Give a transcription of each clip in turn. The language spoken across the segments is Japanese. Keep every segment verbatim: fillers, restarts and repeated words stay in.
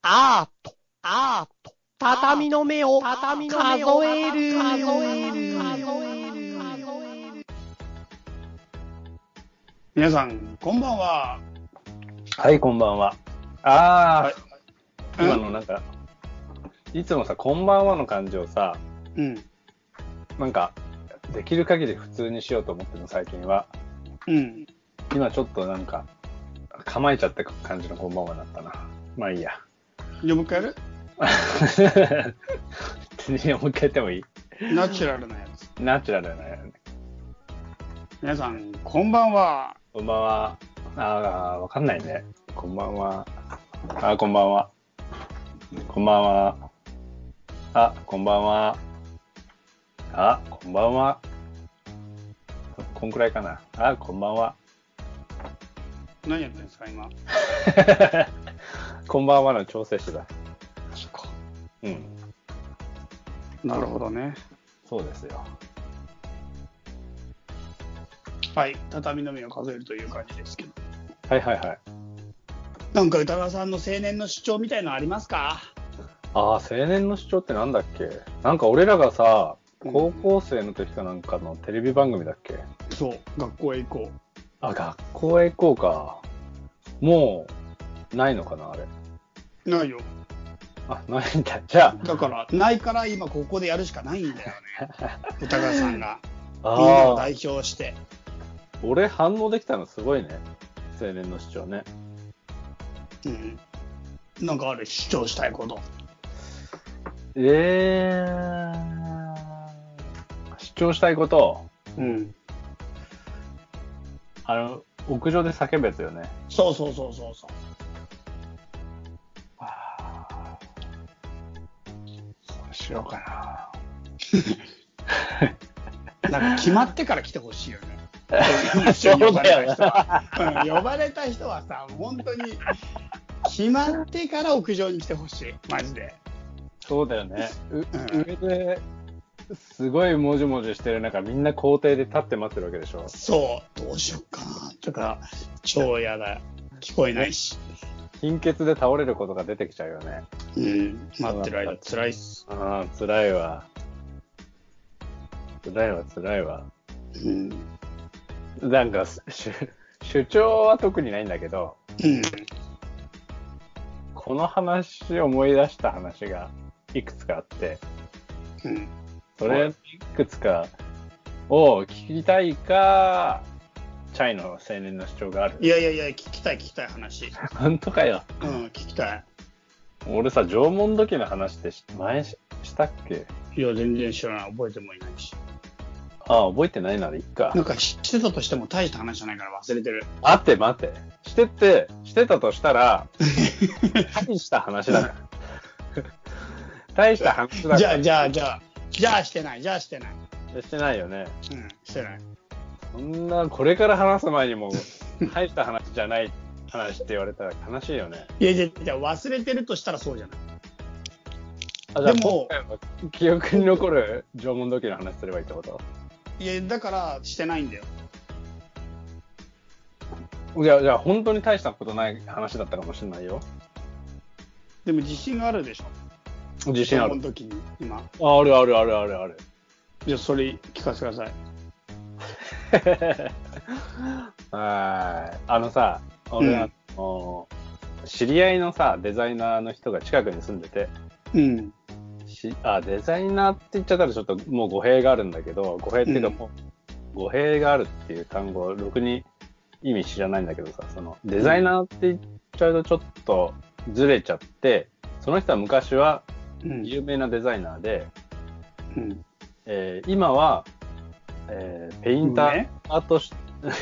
アート、アート、畳の目を、畳の目を数える、数える、数える、数える。皆さん、こんばんは。 はい、こんばんは。あー、はい、今のなんか、うん、いつもさ、こんばんはの感じをさ、うん、なんか、できる限り普通にしようと思ってるの、最近は。うん。今ちょっとなんか、構えちゃった感じのこんばんはだったな。まあいいや。 じゃあもう一回やる？ もう一回やってもいい？ ナチュラルなやつ。 ナチュラルなやつ。 皆さん、こんばんは。 こんばんは。あー、わかんないね。こんばんは。あー、こんばんは。こんばんは。あ、こんばんは。あ、こんばんは。こんくらいかな。あ、こんばんは。 何やってるんですか、今。 こんばんはの調整してた。 そっか。 うん。 なるほどね。 そうですよ。 はい、畳の目を数えるという感じですけど。 はいはいはい。 なんか歌川さんの青年の主張みたいのありますか？ ああ、青年の主張ってなんだっけ？なんか俺らがさ、高校生の時かなんかのテレビ番組だっけ？ うん、そう、学校へ行こう。 あ、学校へ行こうか。もう、ないのかな、あれ。 ないよ。 あ、ないんだ。じゃあ。だから、ないから今ここでやるしかないんだよね。歌川さんが。 あみんなを代表して。 俺反応できたのすごいね。青年の主張ね。 うん。なんかある、主張したいこと。 えー、主張したいこと。 うん。 あの、屋上で叫ぶやつよね。 そうそうそうそうそう。 ああ、そうしようかな。なんか決まってから来てほしいよね。 そうだよな。呼ばれた人はさ、本当に決まってから屋上に来てほしい。マジで。 そうだよね。う、うん、上ですごいもじもじしてる中、みんな校庭で立って待ってるわけでしょ。 そう。どうしよっかな。とか、超やだ。聞こえないし。 貧血で倒れることが出てきちゃうよね。 うん。待ってる間辛いっす。 ああ、辛いわ。辛いわ、辛いわ。うん。なんか、主張は特にないんだけど、うん、この話を思い出した話がいくつかあって、うん、それいくつかを聞きたいか、チャイの青年の主張がある。 いやいやいや、聞きたい聞きたい話。 本当かよ。 うん、聞きたい。 俺さ、縄文土器の話って前ししたっけ？ いや、全然知らない。覚えてもいないし。 ああ、覚えてないならいいか。 なんか知ってたとしても大した話じゃないから忘れてる。 待って待って。してって、してたとしたら、大した話だから。大した話だから。 じゃあ、じゃあ、じゃあ、じゃあしてない、じゃあしてない。 してないよね。 うん、してない。 そんな、これから話す前にも、大した話じゃない話って言われたら悲しいよね。 いや、じゃあ、じゃあ忘れてるとしたらそうじゃない。 あ、じゃあ、でも、記憶に残る縄文土器の話すればいいってこと？ いや、だからしてないんだよ。 いや、じゃあ本当に大したことない話だったかもしれないよ。 でも自信があるでしょ。 自信ある。 その時に今。 あ、あるあるあるあるある。 じゃあそれ聞かせてください。 はい。あのさ、俺は、うん、知り合いのさデザイナーの人が近くに住んでて。うん。あ、デザイナーって言っちゃったらちょっともう語弊があるんだけど、語弊っていうかもう、語弊があるっていう単語をろくに意味知らないんだけどさ、そのデザイナーって言っちゃうとちょっとずれちゃって、その人は昔は有名なデザイナーで、うんえー、今は、えー、ペインターアートし、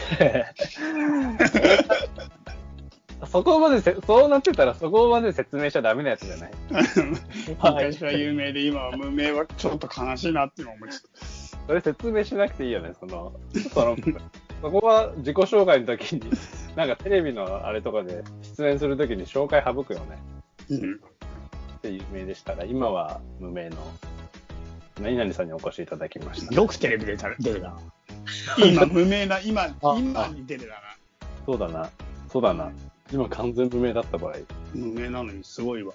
そこまでせ、そうなってたらそこまで説明しちゃダメなやつじゃない。 昔は有名で今は無名はちょっと悲しいなっていうのを思いました。 それ説明しなくていいよね。その、その、そこは自己紹介の時に、なんかテレビのあれとかで出演する時に紹介省くよね。うん。って有名でしたが、今は無名の何々さんにお越しいただきました。 よくテレビで出るな。今無名な、今、今に出るだな。 そうだな。そうだな。今完全無名だった場合。 無名なのにすごいわ。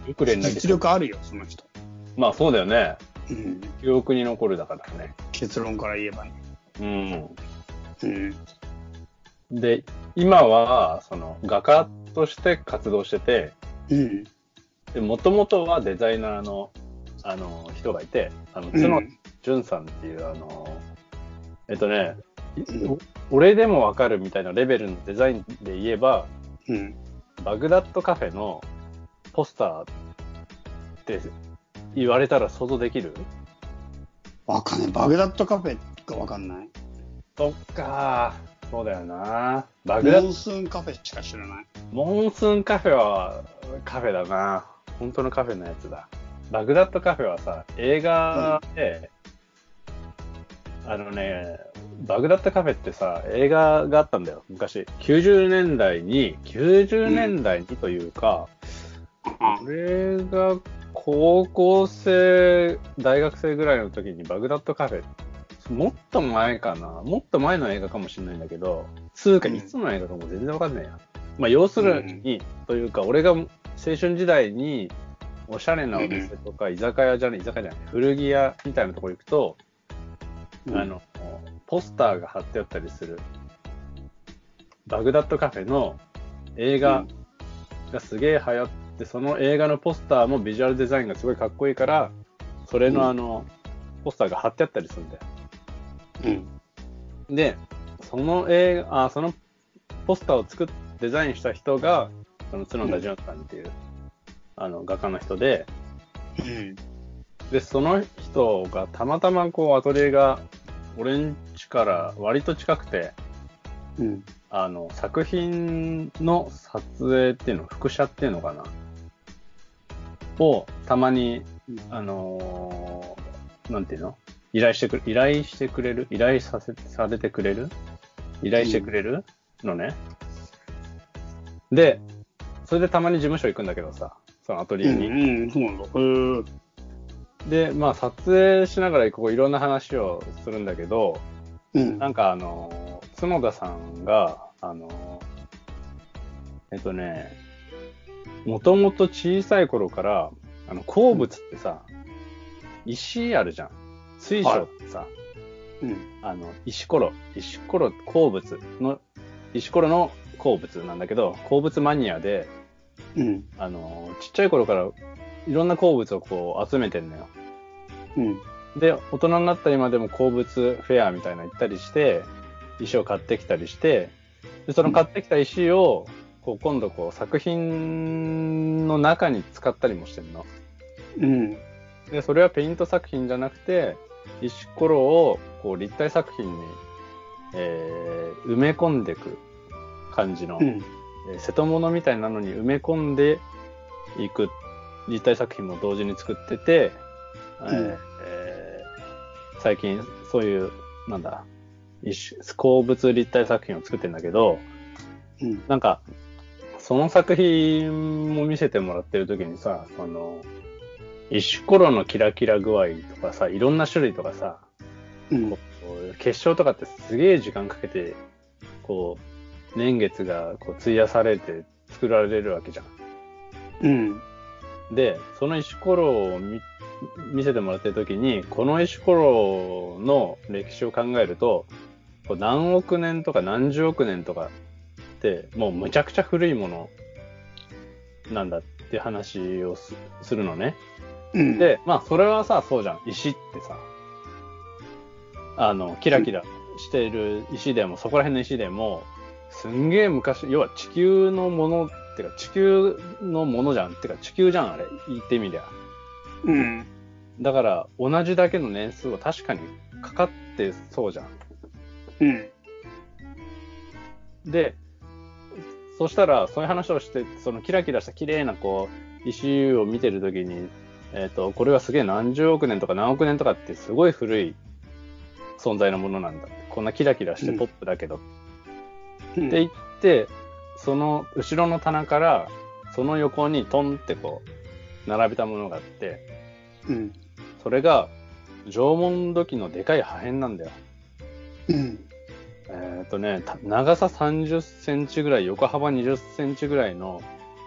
よく連絡実力あるよ、その人。 まあそうだよね。 うん。 記憶に残るだからね。 結論から言えばね。うん。 うん。で、今は、その、画家として活動してて、 うん。 で、もともとはデザイナーの、あの、人がいて、あの、角淳さんっていう、あの、えっとね、うん、俺でもわかるみたいなレベルのデザインで言えば、 うん、 バグダッドカフェのポスターって言われたら想像できる？ わかんない。バグダッドカフェがわかんない。 そっかー。そうだよな。 バグダッドモンスーンカフェしか知らない。 モンスーンカフェはカフェだな。本当のカフェのやつだ。バグダッドカフェはさ、映画で、うん、あのね、バグダッドカフェってさ、映画があったんだよ、昔。きゅうじゅうねんだいに、きゅうじゅうねんだいにというか、うん、俺が高校生、大学生ぐらいの時にバグダッドカフェ、もっと前かな、もっと前の映画かもしれないんだけど、つうかいつの映画かも全然わかんないや。まあ要するに、うん、というか、俺が青春時代におしゃれなお店とか、居酒屋じゃない、居酒屋じゃない、古着屋みたいなところ行くと、うん、あの、ポスターが貼ってあったりするバグダッドカフェの映画がすげえ流行って、その映画のポスターもビジュアルデザインがすごいかっこいいから、それのあの、ポスターが貼ってあったりするんだよ。うん。で、その映画、あ、そのポスターを作っデザインした人が、その角田淳さんっていう、うん、あの画家の人で、うん、で、その人がたまたまこうアトリエが俺ん家から割と近くて、うん、あの作品の撮影っていうの、複写っていうのかなをたまに、あのー、なんていうの依頼してく依頼してくれる依頼させされてくれる依頼してくれるのね、うん、でそれでたまに事務所行くんだけどさ、そのアトリエに、うんうん、そうなんだ。へー。でまあ撮影しながらこういろんな話をするんだけど、うん、なんかあの角田さんがあのえっとねもともと小さい頃からあの鉱物ってさ、うん、石あるじゃん、水晶ってさ、はい、うん、あの石ころ石ころ鉱物の石ころの鉱物なんだけど、鉱物マニアで、うん、あのちっちゃい頃からいろんな鉱物をこう集めてんのよ。うん、で大人になった今でも鉱物フェアみたいなの行ったりして石を買ってきたりして、でその買ってきた石をこう今度こう作品の中に使ったりもしてるの。うん。でそれはペイント作品じゃなくて石ころをこう立体作品に、えー、埋め込んでいく感じの、うん、えー、瀬戸物みたいなのに埋め込んでいく立体作品も同時に作ってて、うん、えー、最近そういうなんだ鉱物立体作品を作ってるんだけど、うん、なんかその作品も見せてもらってる時にさ、あの石ころのキラキラ具合とかさ、いろんな種類とかさ、うん、こう結晶とかってすげえ時間かけてこう年月がこう費やされて作られるわけじゃん。うん。でその石ころを 見, 見せてもらってる時に、この石ころの歴史を考えると、こう何億年とか何十億年とかってもうむちゃくちゃ古いものなんだって話を す, するのね。うん、でまあそれはさそうじゃん、石ってさあのキラキラしている石でも、そこら辺の石でもすんげえ昔、要は地球のものってか地球のものじゃんってか地球じゃんあれ言ってみりゃ。うん。だから同じだけの年数は確かにかかってそうじゃん。うん。でそしたらそういう話をして、そのキラキラした綺麗なこう石を見てるときに、えっとこれはすげえ何十億年とか何億年とかってすごい古い存在のものなんだ。こんなキラキラしてポップだけど、うん、って言って、その後ろの棚からその横にトンってこう並べたものがあって、うん、それが縄文土器のでかい破片なんだよ。うん、えっとね長ささんじゅっセンチぐらい、横幅にじゅっセンチぐらいの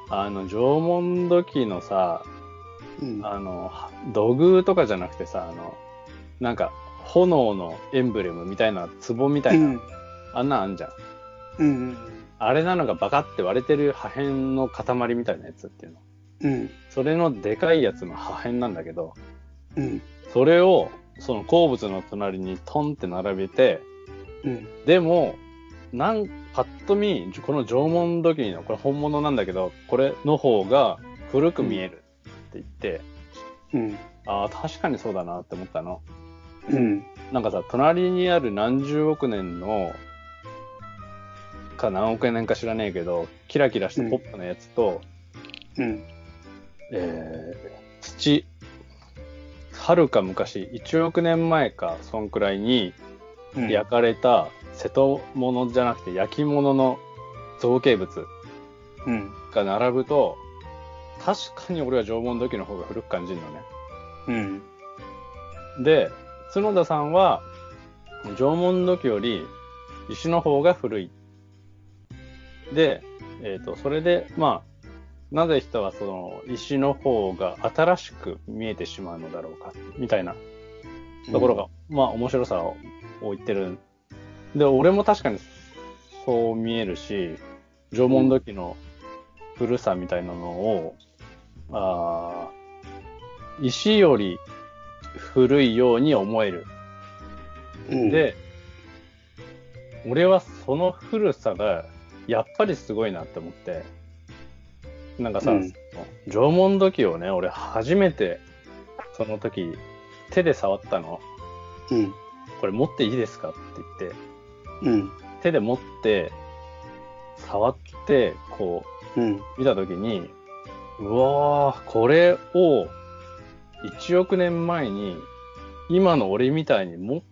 あの、縄文土器のさ、うん、あの、土偶とかじゃなくてさ、あの、なんか、炎のエンブレムみたいな、壺みたいな、うん、あんなんあんじゃん。うんうん、あれなのがバカって割れてる破片の塊みたいなやつっていうの。うん、それのでかいやつの破片なんだけど、うん、それを、その鉱物の隣にトンって並べて、うん、でも、なん、パッと見、この縄文土器の、これ本物なんだけど、これの方が古く見えるって言って、うん、ああ、確かにそうだなって思ったの。うん。なんかさ、隣にある何十億年の、か何億年か知らねえけど、キラキラしたポップのやつと、うん。えー、土、はるか昔、いちおくねんまえか、そんくらいに焼かれた瀬戸物じゃなくて焼き物の造形物が並ぶと、うん、確かに俺は縄文土器の方が古く感じるのね。うん。で、角田さんは縄文土器より石の方が古い。で、えっと、それで、まあ、なぜ人はその石の方が新しく見えてしまうのだろうか、みたいなところが、うん、まあ面白さを言ってる。で、俺も確かにそう見えるし、縄文土器の古さみたいなのを、あ石より古いように思える。うん、で、俺はその古さがやっぱりすごいなって思って、なんかさ、うん、縄文土器をね、俺初めてその時手で触ったの。うん。これ持っていいですかって言って、うん。手で持って触ってこう、うん、見た時に、うわー、これをいちおくねんまえに今の俺みたいに持って、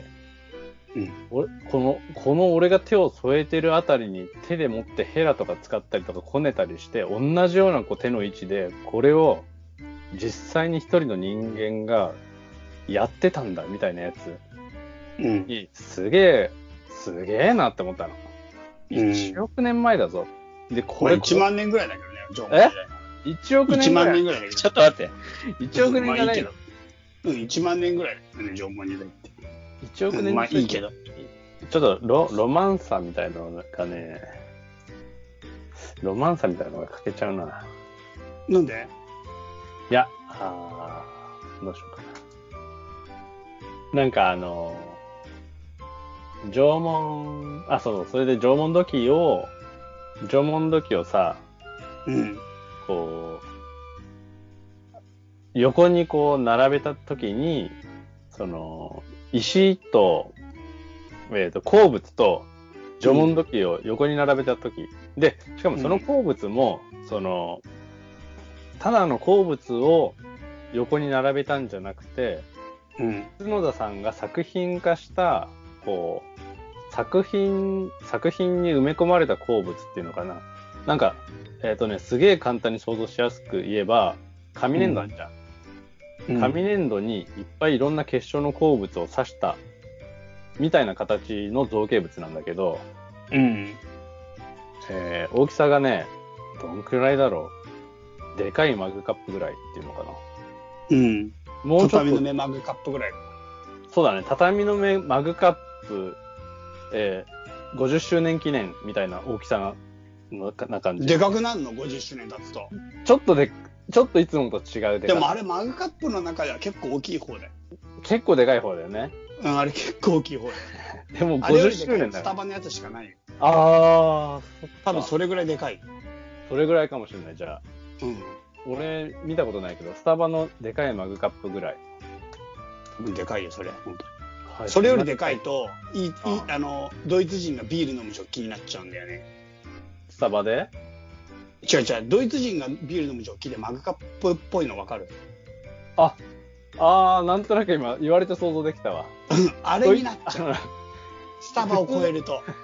うん、俺このこの俺が手を添えてるあたりに手で持ってヘラとか使ったりとかこねたりして同じようなこう手の位置でこれを実際に一人の人間がやってたんだみたいなやつに、うん、すげえすげえなって思ったの。いちおくねんまえだぞ。でこれ、 まあ、いちまんねんぐらいだけどね。縄文時代え ?いちおくねんぐらい。いちまんねんぐらいだけど。ちょっと待って。いちおくねんじゃないの、まあ、いいうん、いちまんねんぐらいだよね、縄文時代って。 いちおくねん、うん、 まあいいけど。 ちょっとロロマンサみたいなのがね、ロマンサみたいなのが欠けちゃうな。 なんで？ いや、あー、どうしようかな。なんかあの、縄文、あ、そう、それで縄文土器を、縄文土器をさ、うん、こう、横にこう並べたときに、その、石と、えっと、鉱物と縄文土器を横に並べたとき、うん、で、しかもその鉱物も、うん、その、ただの鉱物を横に並べたんじゃなくて、うん、角田さんが作品化した、こう、作品、作品に埋め込まれた鉱物っていうのかな。なんか、えっとね、すげえ簡単に想像しやすく言えば、紙粘土あるじゃん。うん、紙粘土にいっぱいいろんな結晶の鉱物を刺したみたいな形の造形物なんだけど、うん、えー、大きさがね、どんくらいだろう。でかいマグカップぐらいっていうのかな。 うん。もうちょっと畳の目マグカップぐらい。 そうだね。畳の目マグカップ、えー、ごじゅっしゅうねん記念みたいな大きさなな感じ。 でかくなるの ?ごじゅっしゅうねん経つと。 ちょっとで、ちょっといつもと違うでかさ。 でもあれマグカップの中では結構大きい方だよ。 結構でかい方だよね。 うん、あれ結構大きい方だよ。 でもごじゅっしゅうねんだよ。 スタバのやつしかないよ。 あー、 多分それぐらいでかい。 それぐらいかもしれない、じゃあ。うん。俺、見たことないけど、スタバのでかいマグカップぐらい。 でかいよ、それ。本当に。はい、それよりでかいと、いい、いい、あの、ドイツ人がビール飲むジョッキになっちゃうんだよね。 スタバで？ 違う違う、ドイツ人がビール飲むジョッキでマグカップっぽいの分かる？ あ、あー、なんとなく今言われて想像できたわ。 あれになっちゃう。スタバを超えると。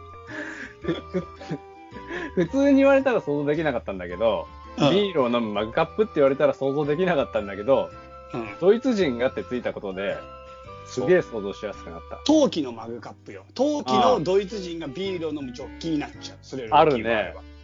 普通に言われたら想像できなかったんだけど、うん、ビールを飲むマグカップって言われたら想像できなかったんだけど、うん、ドイツ人がってついたことですげえ想像しやすくなった。 陶器のマグカップよ。陶器のドイツ人がビールを飲むジョッキになっちゃう。それよりあるね。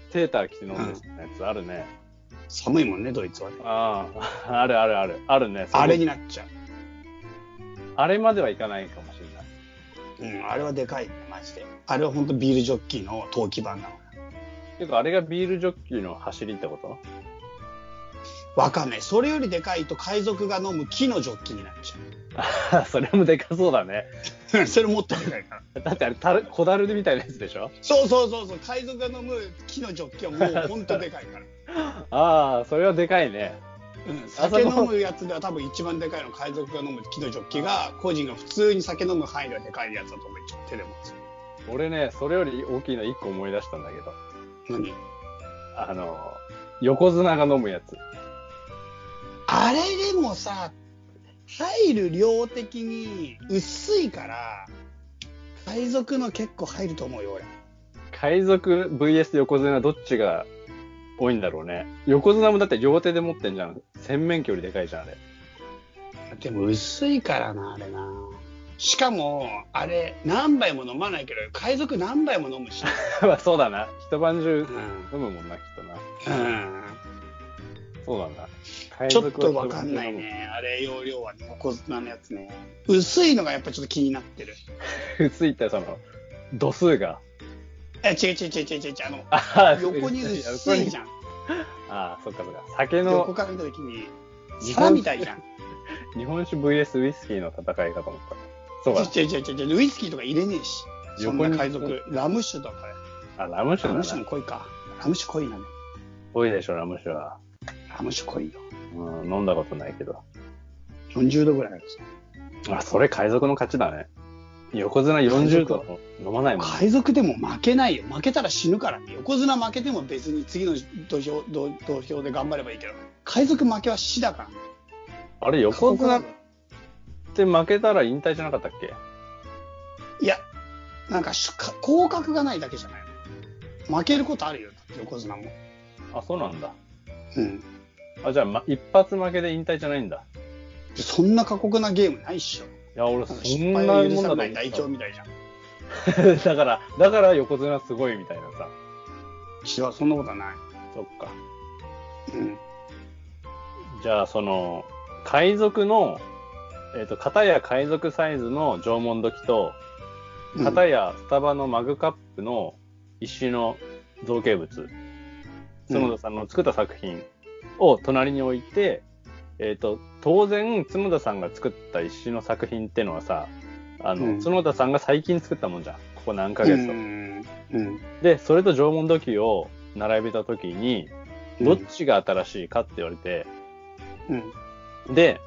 セーター着て飲んでるやつあるね。 寒いもんね、ドイツはね。 ああ、あるあるある。あるね。 あれになっちゃう。 あれまではいかないかもしれない。うん、あれはでかいね、マジで。あれはほんとビールジョッキーの陶器版なの。 ていうか、あれがビールジョッキーの走りってこと？ わかんない。それよりでかいと海賊が飲む木のジョッキになっちゃう。それもでかそうだね。 それもっとでかいから。 だってあれたる、小樽みたいなやつでしょ？ そうそうそうそう。海賊が飲む木のジョッキはもうほんとでかいから。 ああ、それはでかいね。 うん、酒飲むやつでは多分一番でかいの海賊が飲む木のジョッキが、個人が普通に酒飲む範囲ではでかいやつだと思っちゃう。手で持つ。 俺ね、それより大きいのいっこ思い出したんだけど。 何？ あの、横綱が飲むやつ。 あれでもさ、入る量的に薄いから、海賊の結構入ると思うよ、俺。 海賊 ブイエス 横綱どっちが多いんだろうね。横綱もだって両手で持ってんじゃん。洗面器よりでかいじゃん、あれ。 でも薄いからな、あれな。しかも、あれ、何杯も飲まないけど、海賊何杯も飲むし。 まあそうだな。一晩中飲むもんな、きっとな。 うん。 そうだな。 ちょっとわかんないね。あれ、容量はね、横綱のやつね。薄いのがやっぱちょっと気になってる。 薄いってその、度数が。 え、違う違う違う違う違う、あの、横に薄いじゃん。 ああ、そっかそっか。酒の。 横から見たときに、皿みたいじゃん。 日本酒 ブイエス ウイスキーの戦いかと思った。そうか。 違う違う違う、ウイスキーとか入れねえし。そんな海賊。ラム酒とか。 あ、ラム酒だな。 ラム酒も濃いか。ラム酒濃いなね。 濃いでしょ、ラム酒は。 ラム酒濃いよ。 うん、飲んだことないけど。 よんじゅうどぐらいあるさ。あ、それ海賊の勝ちだね。横綱よんじゅうど飲まないもん、ね。 海賊でも負けないよ。負けたら死ぬからね。横綱負けても別に次の土俵、土土俵で頑張ればいいけど、海賊負けは死だからね。 あれ、横綱って負けたら引退じゃなかったっけ？ いや、なんか、降格がないだけじゃないの。負けることあるよ、横綱も。 あ、そうなんだ。 うん。 あ、じゃあ、ま、一発負けで引退じゃないんだ。 そんな過酷なゲームないっしょ。 いや、俺、そんなもんだとない大腸みたいじゃん。だから、だから横綱すごいみたいなさ。 違う、そんなことはない。 そっか。 うん。 じゃあ、その、海賊の、えっと、片や海賊サイズの縄文土器と、片やスタバのマグカップの石の造形物、角田さんの作った作品を隣に置いて、えっと、当然、角田さんが作った石の作品ってのはさ、あの、うん、角田さんが最近作ったもんじゃん。ここ何ヶ月と。うんうん、で、それと縄文土器を並べたときに、どっちが新しいかって言われて、うん、で、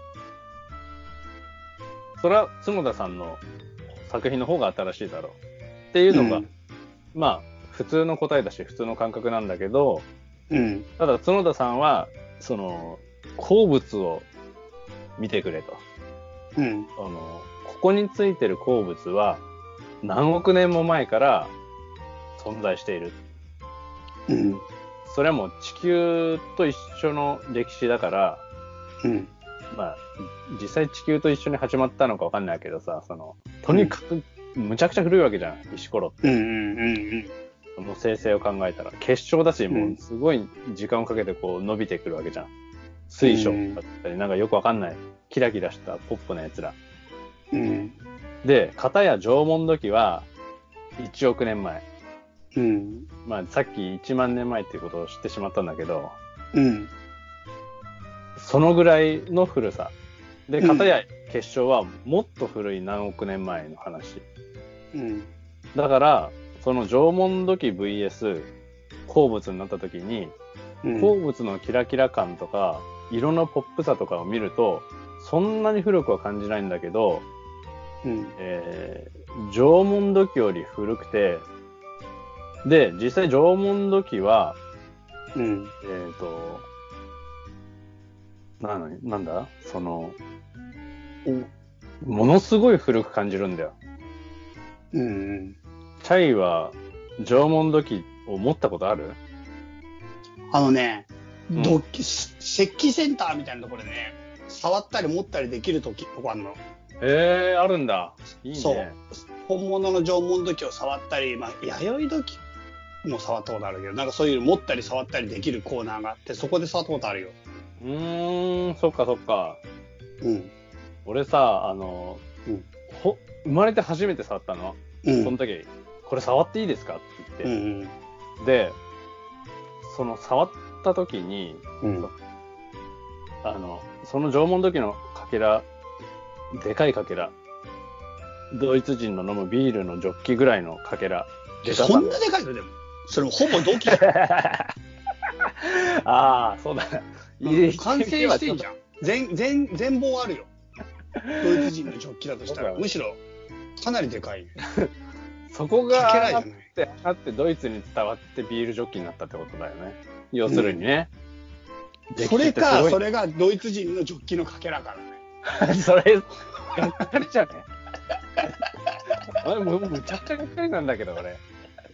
それは角田さんの作品の方が新しいだろうっていうのが、うん、まあ、普通の答えだし、普通の感覚なんだけど、うん、ただ角田さんは、その、鉱物を見てくれと。うん、あのここについてる鉱物は何億年も前から存在している。うん、それはもう地球と一緒の歴史だから、うん、まあ実際地球と一緒に始まったのかわかんないけどさ、そのとにかくむちゃくちゃ古いわけじゃん、石ころって。うんうんうんうん、もう生成を考えたら結晶だし、もうすごい時間をかけてこう伸びてくるわけじゃん。水晶だったり、なんかよくわかんないキラキラしたポップなやつら。うん、で、片や縄文土器はいちおくねんまえ。うん、まあさっきいちまんねんまえっていうことを知ってしまったんだけど、うん、そのぐらいの古さ。で、片や結晶はもっと古い何億年前の話。うん、だから、その縄文土器 ブイエス 鉱物になった時に、うん、鉱物のキラキラ感とか、色のポップさとかを見ると、そんなに古くは感じないんだけど、うんえー、縄文土器より古くて、で、実際縄文土器は、うん、えっと、なのに、なんだその、ものすごい古く感じるんだよ。うんうん。チャイは縄文土器を持ったことある？ あのね、土器、うん、石器センターみたいなところでね、触ったり持ったりできるときとこあるの。 へえー、あるんだ。いいね。 そう。本物の縄文土器を触ったり、まあ、弥生土器も触ったことあるけど、なんかそういう持ったり触ったりできるコーナーがあって、そこで触ったことあるよ。 うーん、そっかそっか。 うん。 俺さ、あの、うん、ほ生まれて初めて触ったの。うん、その時、これ触っていいですかって言って。うんうん、で、その触った時に、うん、あの、その縄文土器のかけら、でかいかけら、ドイツ人の飲むビールのジョッキぐらいのかけら。 でかさそんなでかいのでも。それほぼ土器だああ、そうだ。 完成してんじゃん。全、全、全貌あるよ。ドイツ人のジョッキだとしたら、むしろ、かなりでかい。 そこがあって、あってドイツに伝わってビールジョッキになったってことだよね。要するにね。 うん、それか、それがドイツ人のジョッキのかけらからね。それ、がっかりじゃねあれもうむちゃくちゃがっかりなんだけど、俺。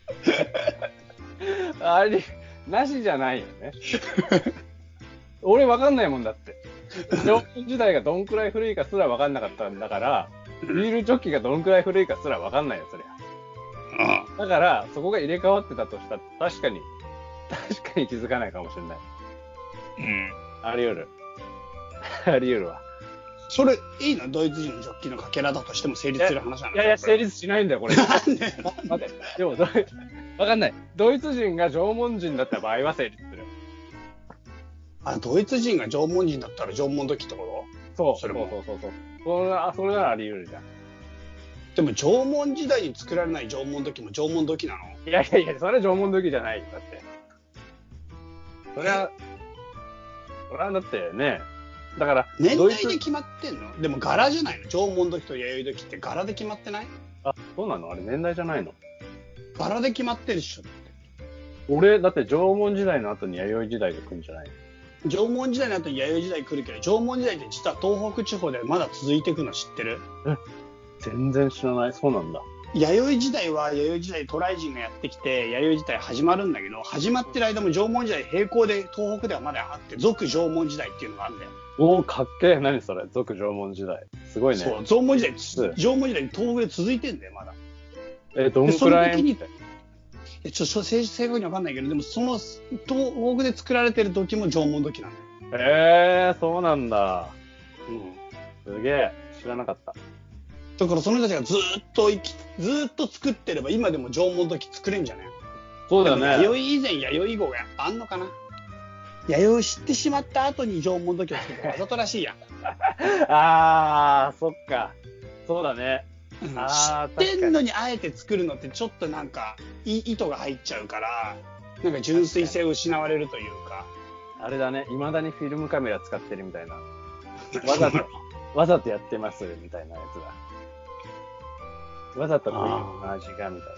あれ、なしじゃないよね。俺わかんないもんだって。縄文時代がどんくらい古いかすらわかんなかったんだから、ビールジョッキがどんくらい古いかすらわかんないよ、そりゃ。ああだから、そこが入れ替わってたとしたら、確かに、確かに気づかないかもしれない。うん。あり得る。あり得るわ。 それ、いいの？ドイツ人のジョッキのかけらだとしても成立する話なの？ いやいや、成立しないんだよ、これ。なんで？待って。でも、わかんない。ドイツ人が縄文人だった場合は成立する。 あ、ドイツ人が縄文人だったら縄文土器ってこと？そう、それもそうそうそうそう。それは、それならあり得るじゃん。 でも縄文時代に作られない縄文土器も縄文土器なの？ いやいやいや、それは縄文土器じゃないよ、だって。それは、それはだってね、だから、 年代で決まってんの？でも柄じゃないの？縄文土器と弥生土器って柄で決まってない？ あ、そうなの？あれ年代じゃないの？ 柄で決まってるでしょ。 俺、だって縄文時代の後に弥生時代が来るんじゃないの？ 縄文時代の後に弥生時代来るけど、縄文時代って実は東北地方でまだ続いていくの知ってる？ え、全然知らない。そうなんだ。 弥生時代は弥生時代渡来人がやってきて弥生時代始まるんだけど、始まってる間も縄文時代並行で東北ではまだあって、俗縄文時代っていうのがあるんだよ。 おー、かっけえ。何それ？俗縄文時代。すごいね。 そう、縄文時代、縄文時代東北で続いてんだよ、まだ。 え、どんくらい？ え、ちょっと正確にわかんないけど、でもその東北で作られてる土器も縄文土器なんだよ。 へえー、そうなんだ。うん。すげえ。知らなかった。 だからその人たちがずーっと生き、ずーっと作ってれば今でも縄文土器作れんじゃない？ そうだよね。 弥生以前、弥生以後がやっぱあんのかな？弥生を知ってしまった後に縄文土器を作るわざとらしいやん。 あー、そっか。そうだね。 うん、あ知ってんのにあえて作るのってちょっとなんか意図が入っちゃうから、なんか純粋性を失われるというか。 あれだね。未だにフィルムカメラ使ってるみたいな。わざと、わざとやってますみたいなやつだ。わざとこういう味がみたいな。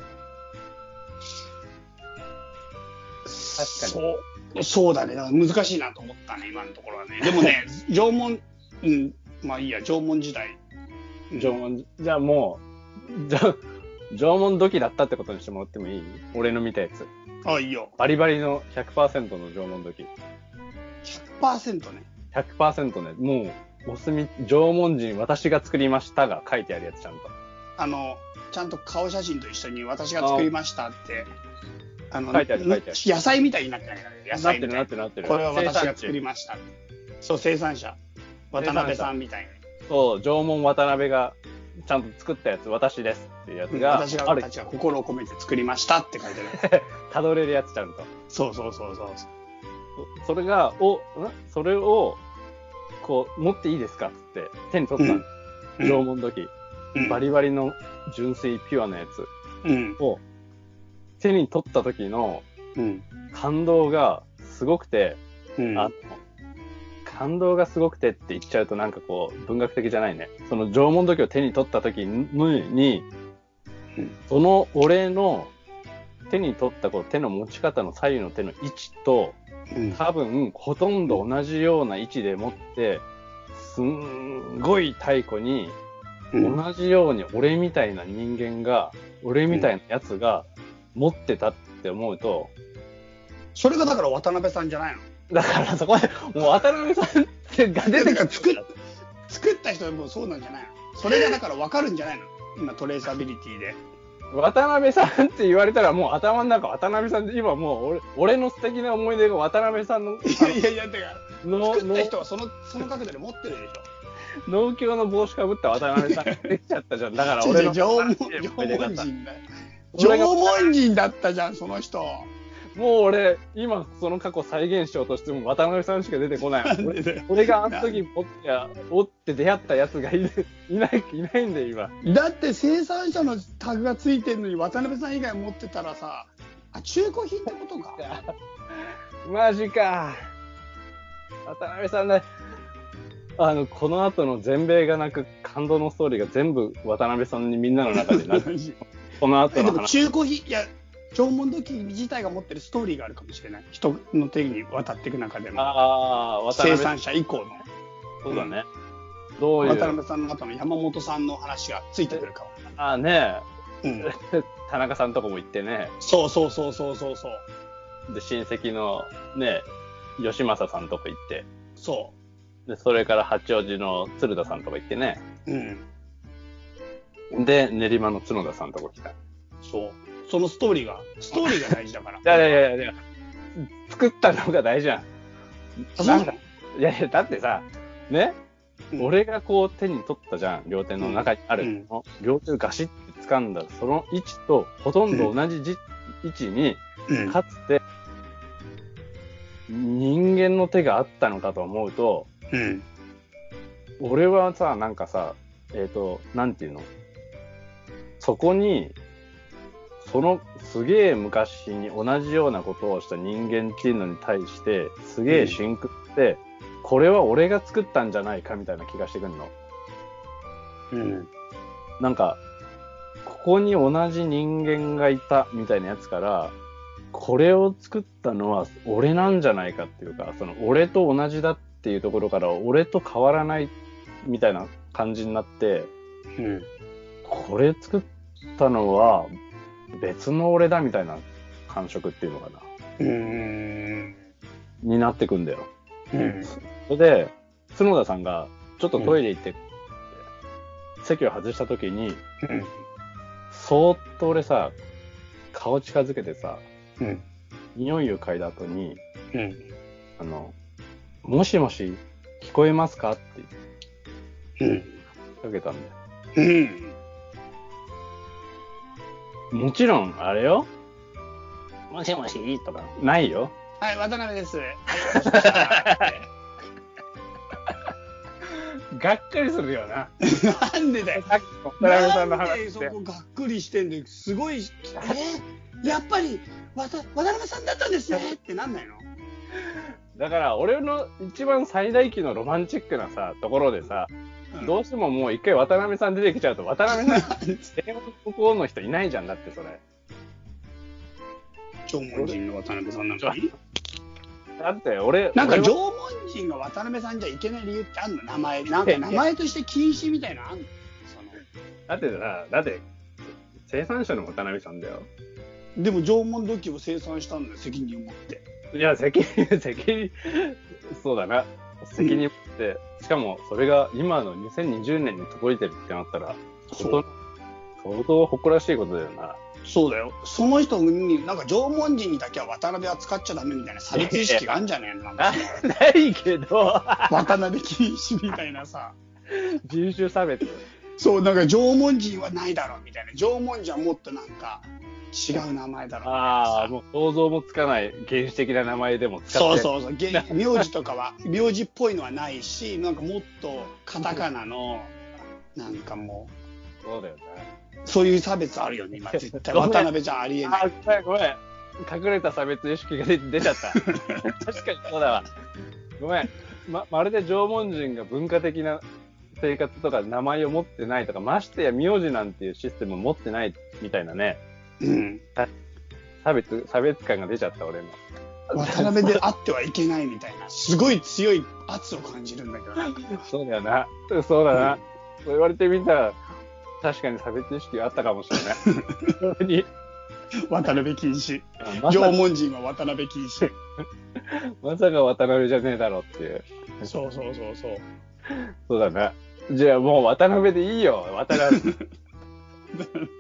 確かに。そう、そうだね。だから難しいなと思ったね、今のところはね。でもね、縄文、うん、まあいいや、縄文時代。 縄文、じゃあもう、じゃ縄文土器だったってことにしてもらってもいい？俺の見たやつ。 あ、いいよ。 バリバリの ひゃくパーセント の縄文土器。 ひゃくパーセント ね。 ひゃくパーセント ね。もう、お墨、縄文人私が作りましたが書いてあるやつちゃんと。 あの、ちゃんと顔写真と一緒に私が作りましたって、 あの、書いてある書いてある。 野菜みたいになってないから、野菜みたいなってるなってるなってる。 これは私が作りました。そう、生産者。渡辺さんみたいに。 そう、縄文渡辺がちゃんと作ったやつ、私ですっていうやつが、 うん、私が、私が心を込めて作りましたって書いてある。 たどれるやつちゃんと。 そうそうそうそう。 それが、お、んそれを、こう、持っていいですかって手に取ったん、うん、縄文土器、うん。バリバリの純粋ピュアなやつを、手に取った時の感動がすごくて、うん、あ感動がすごくてって言っちゃうとなんかこう文学的じゃないね。その縄文土器を手に取った時に、うん、その俺の手に取ったこう手の持ち方の左右の手の位置と、うん、多分ほとんど同じような位置で持ってすんごい太鼓に同じように俺みたいな人間が、俺みたいなやつが持ってたって思うと、 それがだから渡辺さんじゃないの？ だからそこでもう渡辺さんってが出てくる。 作っ作った人はもうそうなんじゃないの？それがだから分かるんじゃないの？今トレーサビリティで。 渡辺さんって言われたらもう頭の中渡辺さんで今もう俺俺の素敵な思い出が渡辺さんのいやいやいや、てかの作った人はそのその角度で持ってるでしょ。 農協の帽子かぶった渡辺さんができちゃったじゃん。だから俺の縄文人だよ。縄文人だったじゃんその人。 もう俺今その過去再現しようとしても渡辺さんしか出てこない。俺, 俺があの時おっておって出会ったやつが い, いないいないんだよ今。 だって生産者のタグがついてるのに渡辺さん以外持ってたらさ、あ、中古品ってことか。 マジか。渡辺さんね、あのこの後の全米が泣く感動のストーリーが全部渡辺さんにみんなの中で泣く。この後の話。でも中古品、いや縄文土器自体が持ってるストーリーがあるかもしれない。人の手に渡っていく中でも。 ああ、 生産者以降の。 そうだね。 うん、どういう渡辺さんの後の山本さんの話がついてくるかも。 ああねえ、うん、田中さんとこも行ってね。 そうそうそうそうそうそう。 で親戚のね吉正さんとこ行って。 そう。 でそれから八王子の鶴田さんとこ行ってね。 うん。 で練馬の角田さんとこ来た。 そう。そのストーリーが、ストーリーが大事だから。 いやいやいやいや、作ったのが大事じゃん。なんだいやいや、だってさ、ね、うん、俺がこう手に取ったじゃん、両手の中にある、うん、両手をガシッて掴んだ、その位置とほとんど同じじ、うん、位置に、かつて、人間の手があったのかと思うと、 うん、 俺はさ、なんかさ、えっと、なんていうのそこに、そのすげえ昔に同じようなことをした人間っていうのに対してすげえシンクって、うん、これは俺が作ったんじゃないかみたいな気がしてくるの。 うん。 なんかここに同じ人間がいたみたいなやつからこれを作ったのは俺なんじゃないかっていうか、その俺と同じだっていうところから俺と変わらないみたいな感じになって、 うん、 これ作ったのは別の俺だみたいな感触っていうのかな。 うーん。 になってくんだよ。 うん。 それで、角田さんがちょっとトイレ行って、うん、席を外した時に、 うん、 そーっと俺さ、顔近づけてさ、 うん、 匂いを嗅いだ後に、 うん、 あの、もしもし聞こえますかって言って、 うん、かけたんだよ。 うん。 もちろん、あれよ。もしもしとか、ないよ。 はい、渡辺です。 がっかりするよな。 なんでだよ。 さっきの渡辺さんの話で。 なんでそこがっくりしてんで、すごい、えやっぱり渡、渡辺さんだったんですねってなんないの？ だから、俺の一番最大級のロマンチックなさ、ところでさ、うん、どうしてももう一回渡辺さん出てきちゃうと、渡辺さん、英語の向こうの人いないじゃんだって、それ。 縄文人の渡辺さんなんかにだって俺、 なんか縄文人が渡辺さんじゃいけない理由ってあんの？名前。なんか名前として禁止みたいなのあんの？そのだってさ、だって、生産者の渡辺さんだよ。 でも縄文土器を生産したんだよ、責任を持って。 いや、責任、責任、そうだな。責任を持って、うん、しかもそれが今のにせんにじゅうねんに届いてるってなったら、相当、相当誇らしいことだよな。 そうだよ。その人に、なんか縄文人にだけは渡辺は使っちゃダメみたいな差別意識があるんじゃねえの？なんかないけど。 渡辺禁止みたいなさ。 人種差別。 そう、なんか縄文人はないだろうみたいな。縄文人はもっとなんか違う名前だろうみたいな。 ああ、もう想像もつかない原始的な名前でも使って。 そうそうそう。名字とかは、名字っぽいのはないし、なんかもっとカタカナの、なんかもう。そうだよね。 そういう差別あるよね、今絶対。渡辺じゃありえない。 あ、ごめん、ごめん。隠れた差別意識が出ちゃった。確かにそうだわ。ごめん。ま、まるで縄文人が文化的な生活とか名前を持ってないとか、ましてや名字なんていうシステムを持ってないみたいなね。 うん。 差別、差別感が出ちゃった、俺の。 渡辺であってはいけないみたいな、すごい強い圧を感じるんだけど。 そうだよな。そうだな。うん、そう言われてみたら、確かに差別意識があったかもしれない。それに渡辺禁止。縄文人は渡辺禁止。 まさか渡辺じゃねえだろっていう。 そうそうそうそう。 そうだな。じゃあもう渡辺でいいよ、渡辺。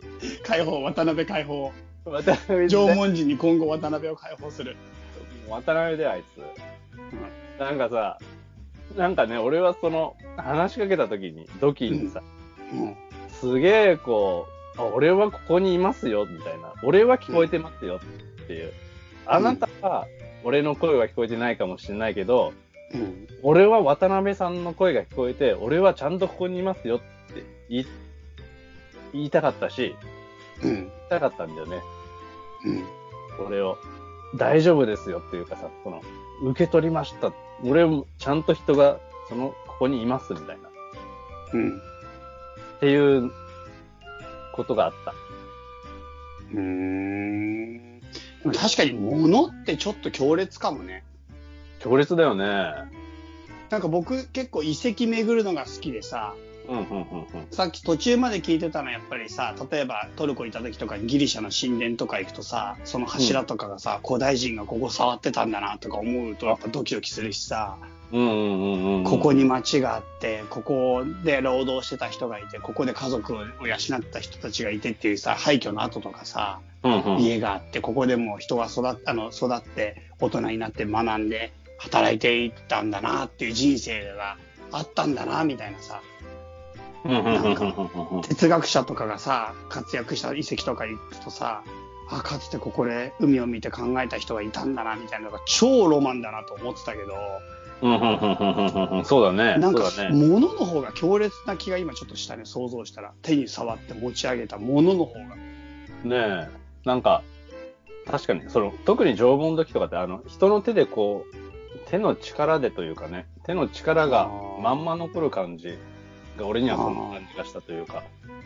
解放、渡辺解放。 渡辺縄文人に今後渡辺を解放する。 渡辺であいつ、うん、なんかさ、なんかね、俺はその話しかけた時にドキにさ、うんうん、すげえこう、俺はここにいますよみたいな、俺は聞こえてますよっていう、うん、あなたは俺の声は聞こえてないかもしれないけど、うん、俺は渡辺さんの声が聞こえて、俺はちゃんとここにいますよって言い、言いたかったし、うん、言いたかったんだよね。うん、俺を大丈夫ですよっていうかさ、その受け取りました。俺もちゃんと人がそのここにいますみたいな、うん、っていうことがあった。 うーん。でも確かに物ってちょっと強烈かもね。 強烈だよね。 なんか僕結構遺跡巡るのが好きでさ、うんうんうんうん、さっき途中まで聞いてたのはやっぱりさ、例えばトルコ行った時とかギリシャの神殿とか行くとさ、その柱とかがさ、うん、古代人がここ触ってたんだなとか思うとやっぱドキドキするしさ、うんうんうんうん、ここに町があって、ここで労働してた人がいて、ここで家族を養った人たちがいてっていうさ、廃墟の跡とかさ、うんうん、家があって、ここでも人が育っ、あの育って大人になって学んで働いていったんだなっていう人生があったんだなみたいなさ、なんか哲学者とかがさ活躍した遺跡とか行くとさ、あ、かつてここで海を見て考えた人がいたんだなみたいなのが超ロマンだなと思ってたけど、 そうだね。 なんか物の方が強烈な気が今ちょっとしたね。想像したら手に触って持ち上げた物の方がねえ、なんか確かにその特に縄文時とかってあの人の手でこう手の力でというかね、手の力がまんま残る感じが俺にはそんな感じがしたというか、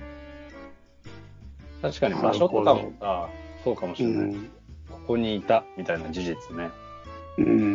確かに場所とかもさそうかもしれない、うん、ここにいたみたいな事実ね、うんうんうん、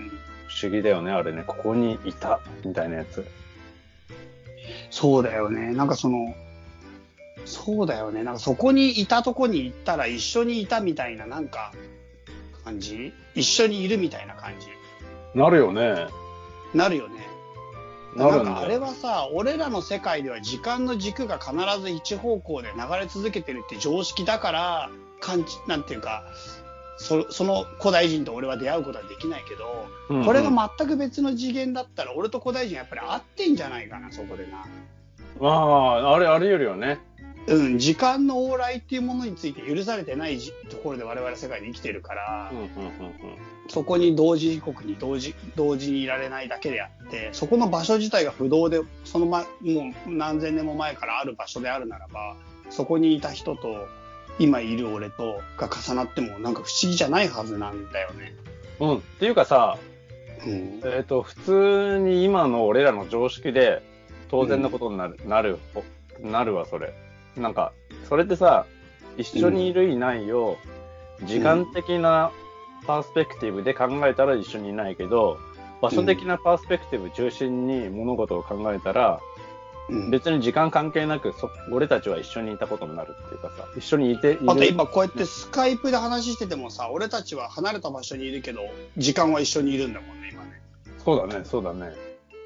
不思議だよねあれね、ここにいたみたいなやつ。 そうだよね、なんかそのそうだよね、なんかそこにいたとこに行ったら一緒にいたみたいななんか感じ、一緒にいるみたいな感じなるよね。 なるよね。なんかあれはさ、俺らの世界では時間の軸が必ず一方向で流れ続けてるって常識だから感じ、なんていうか そ, その古代人と俺は出会うことはできないけど、うんうん、これが全く別の次元だったら俺と古代人やっぱり合ってんじゃないかな、そこでな。 ああ、あれあり得るよね。 うん、時間の往来っていうものについて許されてないところで我々世界で生きてるから、うんうんうんうん、そこに同時刻に同時同時にいられないだけであって、そこの場所自体が不動でその、ま、もう何千年も前からある場所であるならば、そこにいた人と今いる俺とが重なってもなんか不思議じゃないはずなんだよね。 うん、っていうかさ、うん、えっと普通に今の俺らの常識で当然のことになる、うん、なるなるわそれ。なんかそれってさ、一緒にいるいないを時間的なパースペクティブで考えたら一緒にいないけど、場所的なパースペクティブ中心に物事を考えたら、うん、別に時間関係なくそ俺たちは一緒にいたことになるっていうかさ、一緒にいている。 あと今こうやってスカイプで話しててもさ、俺たちは離れた場所にいるけど時間は一緒にいるんだもんね今ね。 そうだね、そうだね。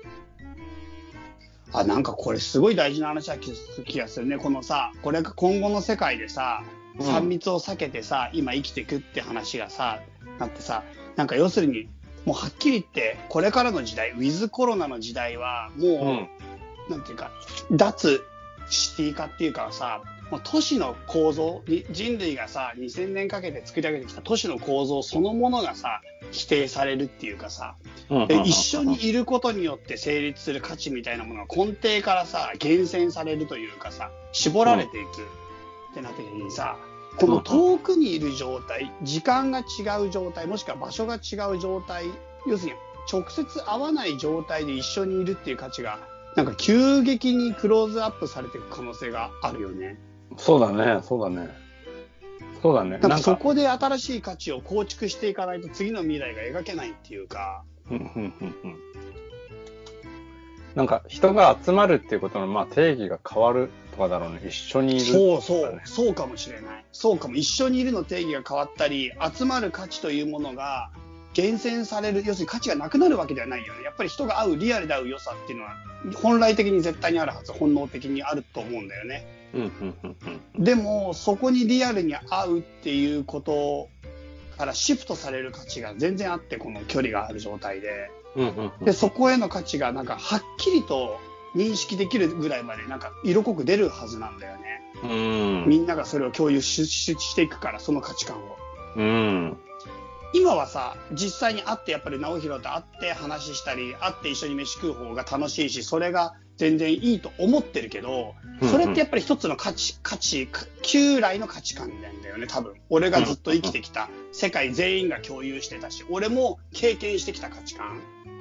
あ、なんかこれすごい大事な話な気がするね。このさ、これが今後の世界でさ、さん密を避けてさ、うん、今生きていくって話がさ、なってさ、なんか要するにもうはっきり言ってこれからの時代、ウィズコロナの時代はもう、うん、なんていうか脱シティ化っていうかさ、もう都市の構造、人類がさにせんねんかけて作り上げてきた都市の構造そのものがさ否定されるっていうかさ、で一緒にいることによって成立する価値みたいなものが根底からさ厳選されるというかさ、絞られていくってなった時にさ、この遠くにいる状態、時間が違う状態、もしくは場所が違う状態、要するに直接会わない状態で一緒にいるっていう価値がなんか急激にクローズアップされていく可能性があるよね。 そうだね、そうだね。そうだね。 なんかそこで新しい価値を構築していかないと次の未来が描けないっていうか。 なんか人が集まるっていうことのまあ定義が変わるとかだろうね。一緒にいる、ね。 そうそう、そうかもしれない。そうかも。一緒にいるの定義が変わったり、集まる価値というものが厳選される、要するに価値がなくなるわけではないよね。やっぱり人が会うリアルで会う良さっていうのは本来的に絶対にあるはず、本能的にあると思うんだよね。 うんうんうんうん、でもそこにリアルに会うっていうことからシフトされる価値が全然あって、この距離がある状態で、 うんうんうん、 でそこへの価値がなんかはっきりと認識できるぐらいまでなんか色濃く出るはずなんだよね。うん、みんながそれを共有 し, していくから、その価値観を。うん、今はさ、実際に会ってやっぱり直弘と会って話したり、会って一緒に飯食う方が楽しいし、それが全然いいと思ってるけど、それってやっぱり一つの価値、価値、旧来の価値観なんだよね、多分。俺がずっと生きてきた、世界全員が共有してたし、俺も経験してきた価値観。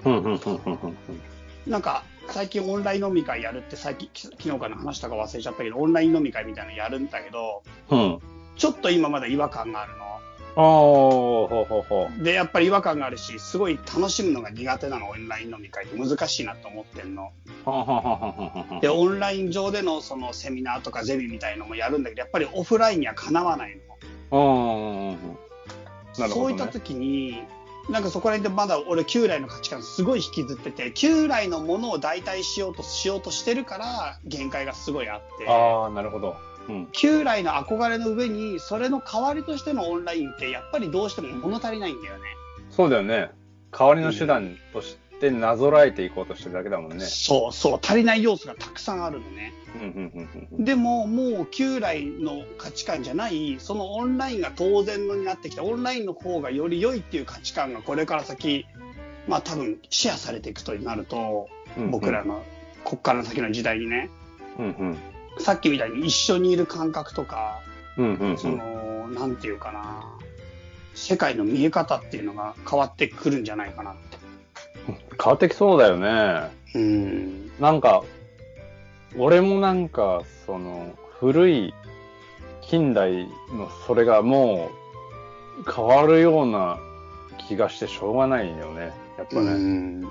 なんか、最近オンライン飲み会やるって最近、昨日から話したか忘れちゃったけど、オンライン飲み会みたいなのやるんだけど、うん、ちょっと今まだ違和感があるの。 ああ、ほうほうほう。で、やっぱり違和感があるし、すごい楽しむのが苦手なの、オンライン飲み会って難しいなと思ってんの。で、オンライン上でのそのセミナーとかゼミみたいのもやるんだけど、やっぱりオフラインにはかなわないの。なるほどね。そういった時に、なんかそこら辺でまだ俺旧来の価値観すごい引きずってて、旧来のものを代替しようとしようとしてるから限界がすごいあって。 ああ、なるほど。 うん、旧来の憧れの上にそれの代わりとしてのオンラインってやっぱりどうしても物足りないんだよね。 そうだよね。代わりの手段としてなぞらえていこうとしてるだけだもんね。うん、 そうそう、足りない要素がたくさんあるのね。でももう旧来の価値観じゃないそのオンラインが当然のになってきた、オンラインの方がより良いっていう価値観がこれから先、まあ多分シェアされていくとなると、うんうん、僕らのこっから先の時代にね、うんうんさっきみたいに一緒にいる感覚とか、うんうんうん、その、なんていうかな、世界の見え方っていうのが変わってくるんじゃないかなって。 変わってきそうだよね。うん。なんか、俺もなんか、その、古い近代のそれがもう変わるような気がしてしょうがないよね。やっぱね。うん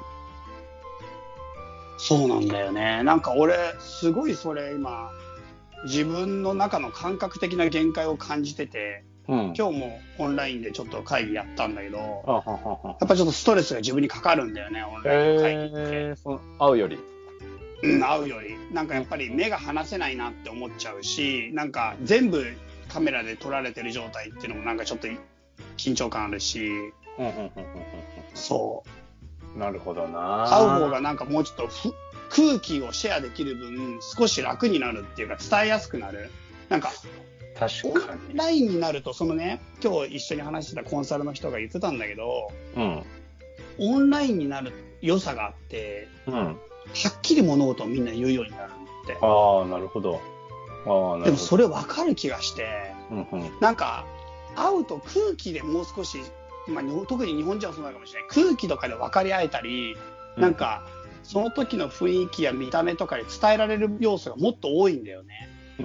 そうなんだよね。なんか俺、すごいそれ今、自分の中の感覚的な限界を感じてて、うん、今日もオンラインでちょっと会議やったんだけど、あはははやっぱちょっとストレスが自分にかかるんだよね、オンライン会議って。えー、そ会うよりうん、会うより。なんかやっぱり目が離せないなって思っちゃうし、なんか全部カメラで撮られてる状態っていうのもなんかちょっと緊張感あるし、そう。 なるほどな。 会う方がなんかもうちょっと空気をシェアできる分少し楽になるっていうか伝えやすくなる。なんか確かにオンラインになるとそのね、今日一緒に話してたコンサルの人が言ってたんだけど、うん、オンラインになる良さがあって、うん、はっきり物事をみんな言うようになるんだって。 ああ、なるほど。 あーなるほど。でもそれ分かる気がして、うんうん、なんか会うと空気でもう少しまあ、特に日本人はそうなのかもしれない。空気とかで分かり合えたり、なんか、その時の雰囲気や見た目とかで伝えられる要素がもっと多いんだよね。 うん。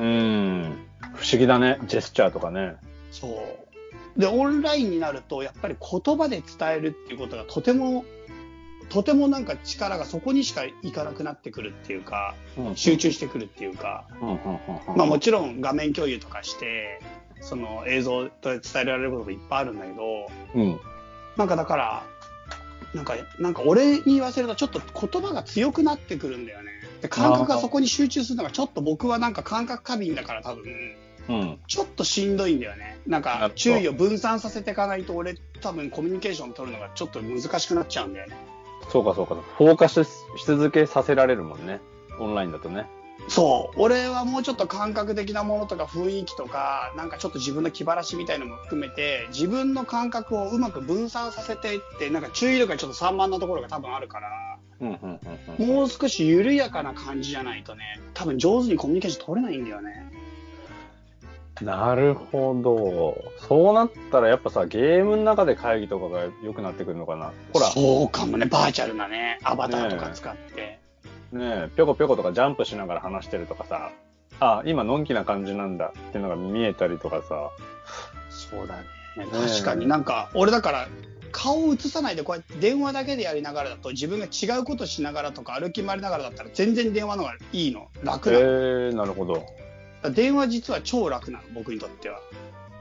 不思議だね。ジェスチャーとかね。 そう。で、オンラインになると、やっぱり言葉で伝えるっていうことがとても、とてもなんか力がそこにしかいかなくなってくるっていうか、うん、集中してくるっていうか、まあもちろん画面共有とかして、その映像と伝えられることもいっぱいあるんだけど、うん、なんかだから、なんか、なんか俺に言わせるとちょっと言葉が強くなってくるんだよね。で感覚がそこに集中するのがちょっと僕はなんか感覚過敏だから多分、うん、ちょっとしんどいんだよね。なんか注意を分散させていかないと俺多分コミュニケーション取るのがちょっと難しくなっちゃうんだよね。 そうかそうか。フォーカスし続けさせられるもんね。オンラインだとね。 そう。俺はもうちょっと感覚的なものとか雰囲気とか、なんかちょっと自分の気晴らしみたいなのも含めて、自分の感覚をうまく分散させていって、なんか注意力がちょっと散漫なところが多分あるから、うんうんうんうん、もう少し緩やかな感じじゃないとね、多分上手にコミュニケーション取れないんだよね。 なるほど。そうなったらやっぱさ、ゲームの中で会議とかが良くなってくるのかな。ほら。 そうかもね。バーチャルなね、アバターとか使って。 ねえ、ぴょこぴょことかジャンプしながら話してるとかさ、あ、今のんきな感じなんだっていうのが見えたりとかさ。 そうだね。確かになんか、俺だから、顔を映さないでこうやって電話だけでやりながらだと自分が違うことしながらとか歩き回りながらだったら全然電話の方がいいの。楽なの。 へえ、なるほど。 電話実は超楽なの、僕にとっては。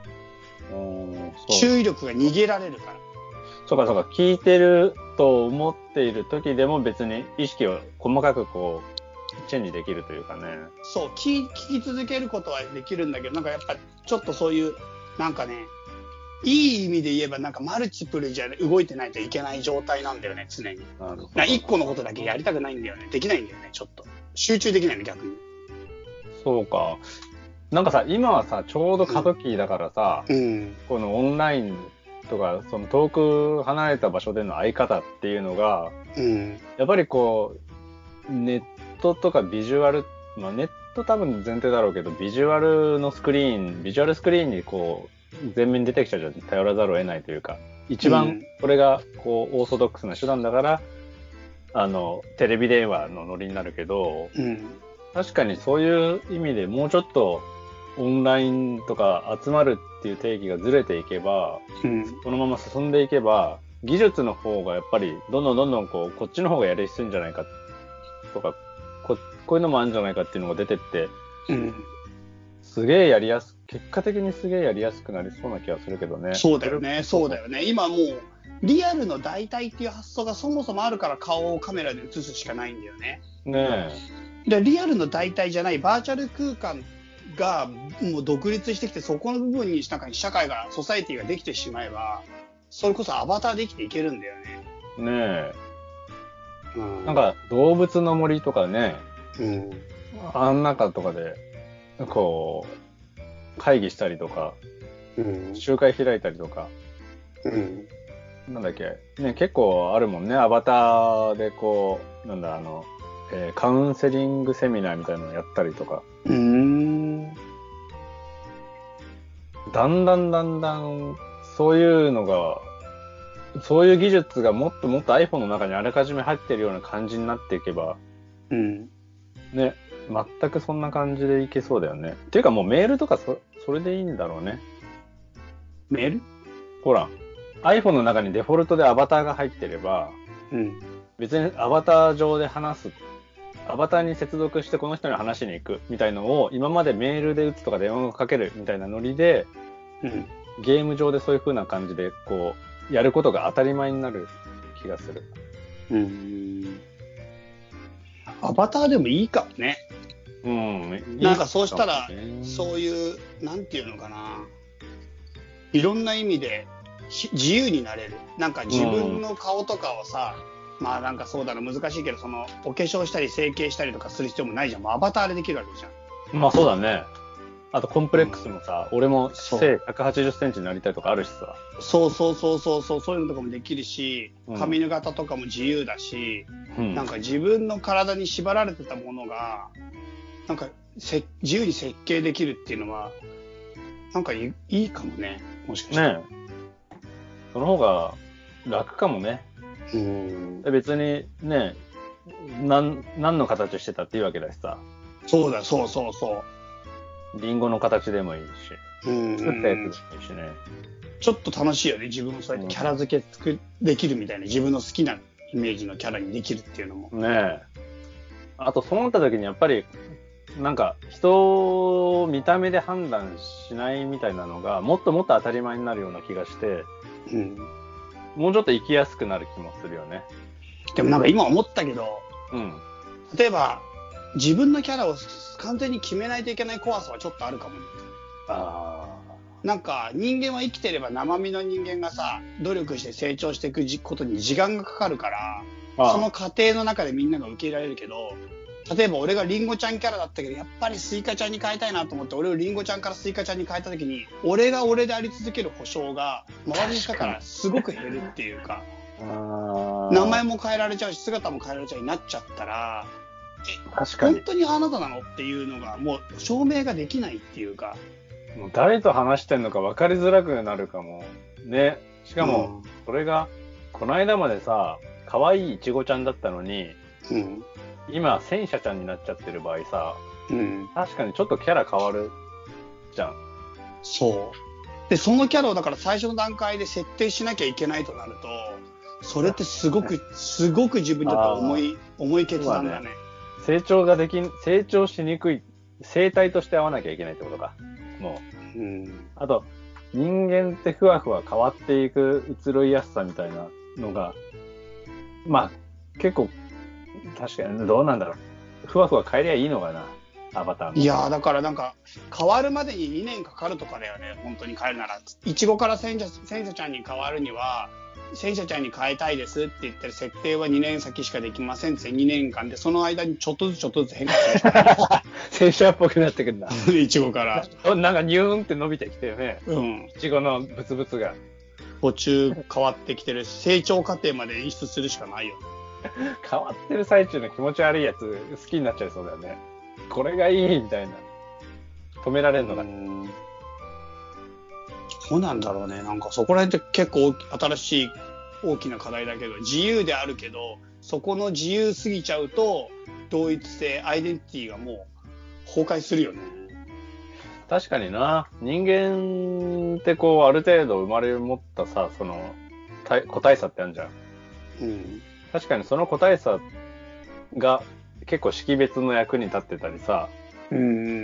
注意力が逃げられるから。 そうかそうか、聞いてると思っている時でも別に意識を細かくこチェンジできるというかね。 そう、聞、聞き続けることはできるんだけど、なんかやっぱちょっとそういう、なんかね、いい意味で言えばなんかマルチプルじゃ動いてないといけない状態なんだよね、常に。なるほど。一個のことだけやりたくないんだよね。できないんだよね、ちょっと。集中できないの、逆に。 そうか。なんかさ、今はさ、ちょうど過渡期だからさ、うん、このオンラインとか、その遠く離れた場所での会い方っていうのが、うん、やっぱりこう、ネットとかビジュアル、まあネット多分前提だろうけど、ビジュアルのスクリーン、ビジュアルスクリーンにこう、前面に出てきちゃうじゃ頼らざるを得ないというか、一番これがこうオーソドックスな手段だから、あの、テレビ電話のノリになるけど、うん、確かにそういう意味でもうちょっとオンラインとか集まるっていう定義がずれていけば、うん、このまま進んでいけば、技術の方がやっぱりどんどんどんどんこう、こっちの方がやりやすいんじゃないかとか、こ, こういうのもあるんじゃないかっていうのが出てって、うん、すげえやりやす、結果的にすげえやりやすくなりそうな気がするけどね。 そうだよね、そうだよね。今もう、リアルの代替っていう発想がそもそもあるから顔をカメラで映すしかないんだよね。 ねえ。で、リアルの代替じゃないバーチャル空間がもう独立してきて、そこの部分になんか社会が、ソサエティができてしまえば、それこそアバターで生きていけるんだよね。 ねえ。うん、なんか動物の森とかね、うん、あん中とかで、こう、会議したりとか、うん、集会開いたりとか、うん、なんだっけ、ね、結構あるもんね。アバターでこう、なんだ、あの、えー、カウンセリングセミナーみたいなのやったりとか。うーん。だんだんだんだん、そういうのが、そういう技術がもっともっと iPhone の中にあらかじめ入ってるような感じになっていけば、うん。ね、全くそんな感じでいけそうだよね。っていうかもうメールとかそ、それでいいんだろうね。 メール？ ほら、iPhone の中にデフォルトでアバターが入ってれば、うん、別にアバター上で話す、アバターに接続してこの人に話しに行くみたいのを今までメールで打つとか電話をかけるみたいなノリで、うん、ゲーム上でそういう風な感じでこうやることが当たり前になる気がする。うーん。 アバターでもいいかもね。うん。なんかそうしたら、そういう、なんていうのかな。いろんな意味で自由になれる。なんか自分の顔とかをさ、うん、まあなんかそうだな、難しいけど、その、お化粧したり整形したりとかする必要もないじゃん。もうアバターでできるわけじゃん。まあそうだね。あとコンプレックスもさ、うん、俺も背ひゃくはちじゅっセンチになりたいとかあるしさ。 そうそうそうそうそう、そういうのとかもできるし、髪の型とかも自由だし、うん、なんか自分の体に縛られてたものが、なんかせ自由に設計できるっていうのは、なんかいいいかもね、もしかして。ねえ。 その方が楽かもね。うん。別にね、なん、何の形してたっていうわけだしさ。 そうだ、そうそうそう。 リンゴの形でもいいし。うん。作ったやつでもいいしね。 ちょっと楽しいよね。自分もそうやってキャラ付け作、うん、できるみたいな。自分の好きなイメージのキャラにできるっていうのも。 ねえ。あとそう思った時にやっぱり、なんか人を見た目で判断しないみたいなのがもっともっと当たり前になるような気がして、うん、もうちょっと生きやすくなる気もするよね。 でもなんか今思ったけど、うん、例えば自分のキャラを完全に決めないといけない怖さはちょっとあるかもね。ああ。なんか人間は生きてれば生身の人間がさ、努力して成長していくことに時間がかかるから、ああ、その過程の中でみんなが受け入れられるけど、例えば俺がリンゴちゃんキャラだったけど、やっぱりスイカちゃんに変えたいなと思って、俺をリンゴちゃんからスイカちゃんに変えた時に、俺が俺であり続ける保証が周りの人からすごく減るっていうか、名前も変えられちゃうし姿も変えられちゃうになっちゃったら、え、確かに本当にあなたなのっていうのがもう証明ができないっていうか、 もう誰と話してんのか分かりづらくなるかもね。しかもそれがこの間までさ、可愛いイチゴちゃんだったのに、うん、今戦車ちゃんになっちゃってる場合さ、うん、確かにちょっとキャラ変わるじゃん。 そう。で、そのキャラをだから最初の段階で設定しなきゃいけないとなると、それってすごく、すごく自分にとって重い、重い決断だね。 成長ができん、成長しにくい、生態として合わなきゃいけないってことか。もう。うん。あと、人間ってふわふわ変わっていく移ろいやすさみたいなのが、まあ、結構、確かに、どうなんだろう。 ふわふわ変えりゃいいのかな、アバターの。 いやー、だからなんか、変わるまでににねんかかるとかだよね、本当に変えるなら。いちごから戦車、戦車ちゃんに変わるには、戦車ちゃんに変えたいですって言ったら、設定はにねん先しかできませんってにねんかんで、その間にちょっとずつちょっとずつ変化するしかない。 戦車っぽくなってくるんだ。 いちごから。 なんかニューンって伸びてきてね。 うん。 いちごのブツブツが。 途中変わってきてるし、成長過程まで演出するしかないよ。 変わってる最中の気持ち悪いやつ好きになっちゃいそうだよね。これがいいみたいな。止められるのが。 そうなんだろうね。なんかそこら辺って結構新しい大きな課題だけど、自由であるけど、そこの自由すぎちゃうと、同一性、アイデンティティがもう崩壊するよね。 確かにな。人間ってこう、ある程度生まれ持ったさ、その、個体差ってあるじゃん。 うん。 確かにその個体差が結構識別の役に立ってたりさ、 うん、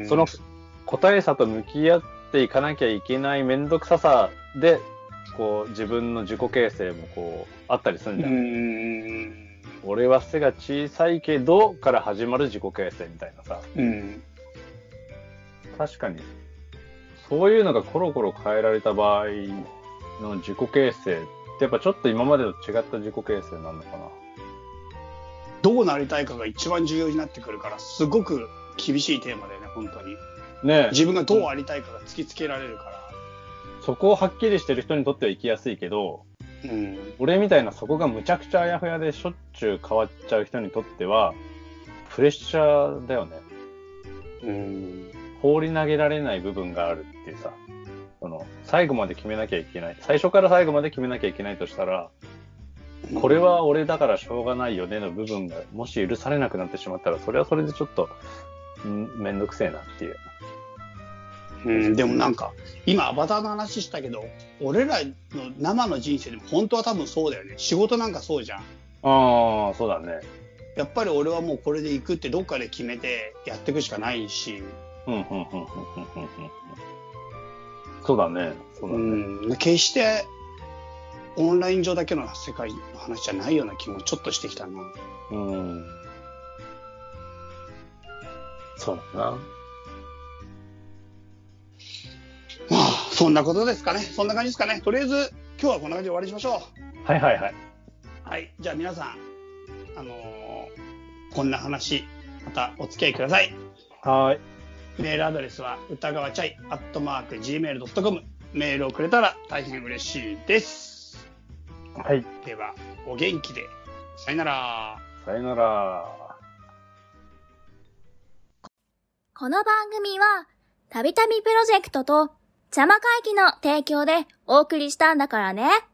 その個体差と向き合っていかなきゃいけないめんどくささで、こう自分の自己形成もこうあったりするんじゃん。うん、俺は背が小さいけどから始まる自己形成みたいなさ。 うん、 確かにそういうのがコロコロ変えられた場合の自己形成ってやっぱちょっと今までと違った自己形成なのかな。 どうなりたいかが一番重要になってくるから、すごく厳しいテーマだよね、本当に。 ねえ。 自分がどうありたいかが突きつけられるから。 そこをはっきりしてる人にとっては生きやすいけど、うん、俺みたいなそこがむちゃくちゃあやふやでしょっちゅう変わっちゃう人にとっては、プレッシャーだよね。うん。放り投げられない部分があるっていうさ、その、最後まで決めなきゃいけない。最初から最後まで決めなきゃいけないとしたら、これは俺だからしょうがないよねの部分がもし許されなくなってしまったら、それはそれでちょっと、んめんどくせえなっていう。 うん、でもなんか、今アバターの話したけど、俺らの生の人生でも本当は多分そうだよね。仕事なんかそうじゃん。 ああ、そうだね。 やっぱり俺はもうこれで行くってどっかで決めてやっていくしかないし。 うん、うん、うん、うん、うん、うん。そうだね。そうだね。 うん、決してオンライン上だけの世界の話じゃないような気もちょっとしてきたな。うん。 そうだな。 まあ、そんなことですかね。そんな感じですかね。とりあえず、今日はこんな感じで終わりにしましょう。はいはいはい。 はい。じゃあ皆さん、あのー、こんな話、またお付き合いください。 はい。 メールアドレスは、歌川チャイ、アットマーク、ジーメールドットコム。メールをくれたら大変嬉しいです。 はい。 では、お元気で。さよなら。 さよなら。 この番組は、たびたびプロジェクトと、ちゃま会議の提供でお送りしたんだからね。